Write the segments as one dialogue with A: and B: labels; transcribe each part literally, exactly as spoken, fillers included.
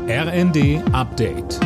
A: R N D Update.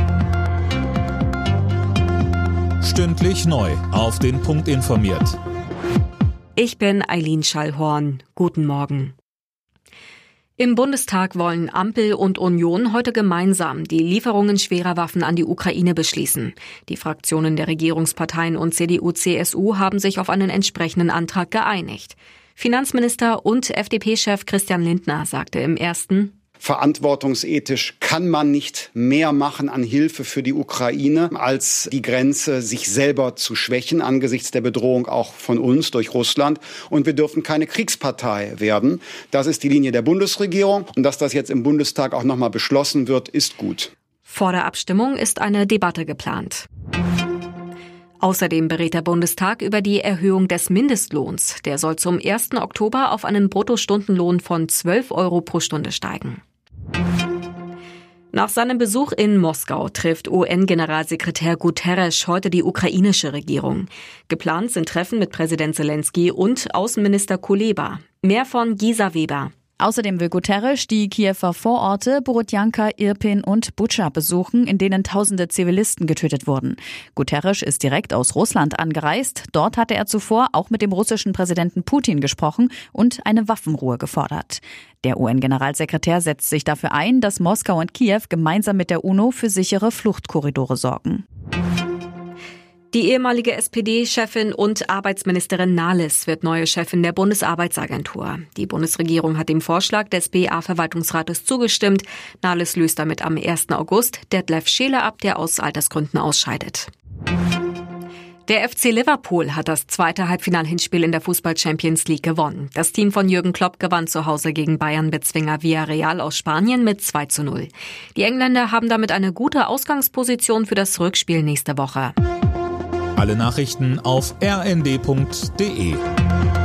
A: Stündlich neu auf den Punkt informiert.
B: Ich bin Eileen Schallhorn. Guten Morgen. Im Bundestag wollen Ampel und Union heute gemeinsam die Lieferungen schwerer Waffen an die Ukraine beschließen. Die Fraktionen der Regierungsparteien und C D U C S U haben sich auf einen entsprechenden Antrag geeinigt. Finanzminister und F D P-Chef Christian Lindner sagte im ersten:
C: Verantwortungsethisch kann man nicht mehr machen an Hilfe für die Ukraine, als die Grenze sich selber zu schwächen angesichts der Bedrohung auch von uns durch Russland. Und wir dürfen keine Kriegspartei werden. Das ist die Linie der Bundesregierung. Und dass das jetzt im Bundestag auch nochmal beschlossen wird, ist gut.
B: Vor der Abstimmung ist eine Debatte geplant. Außerdem berät der Bundestag über die Erhöhung des Mindestlohns. Der soll zum ersten Oktober auf einen Bruttostundenlohn von zwölf Euro pro Stunde steigen. Nach seinem Besuch in Moskau trifft U N-Generalsekretär Guterres heute die ukrainische Regierung. Geplant sind Treffen mit Präsident Zelensky und Außenminister Kuleba. Mehr von Gisa Weber.
D: Außerdem will Guterres die Kiewer Vororte Borodjanka, Irpin und Butscha besuchen, in denen tausende Zivilisten getötet wurden. Guterres ist direkt aus Russland angereist. Dort hatte er zuvor auch mit dem russischen Präsidenten Putin gesprochen und eine Waffenruhe gefordert. Der U N-Generalsekretär setzt sich dafür ein, dass Moskau und Kiew gemeinsam mit der UNO für sichere Fluchtkorridore sorgen.
B: Die ehemalige S P D-Chefin und Arbeitsministerin Nahles wird neue Chefin der Bundesarbeitsagentur. Die Bundesregierung hat dem Vorschlag des B A-Verwaltungsrates zugestimmt. Nahles löst damit am ersten August Detlef Scheele ab, der aus Altersgründen ausscheidet. Der F C Liverpool hat das zweite Halbfinal-Hinspiel in der Fußball-Champions League gewonnen. Das Team von Jürgen Klopp gewann zu Hause gegen Bayern-Bezwinger Villarreal aus Spanien mit zwei zu null. Die Engländer haben damit eine gute Ausgangsposition für das Rückspiel nächste Woche.
A: Alle Nachrichten auf r n d punkt d e.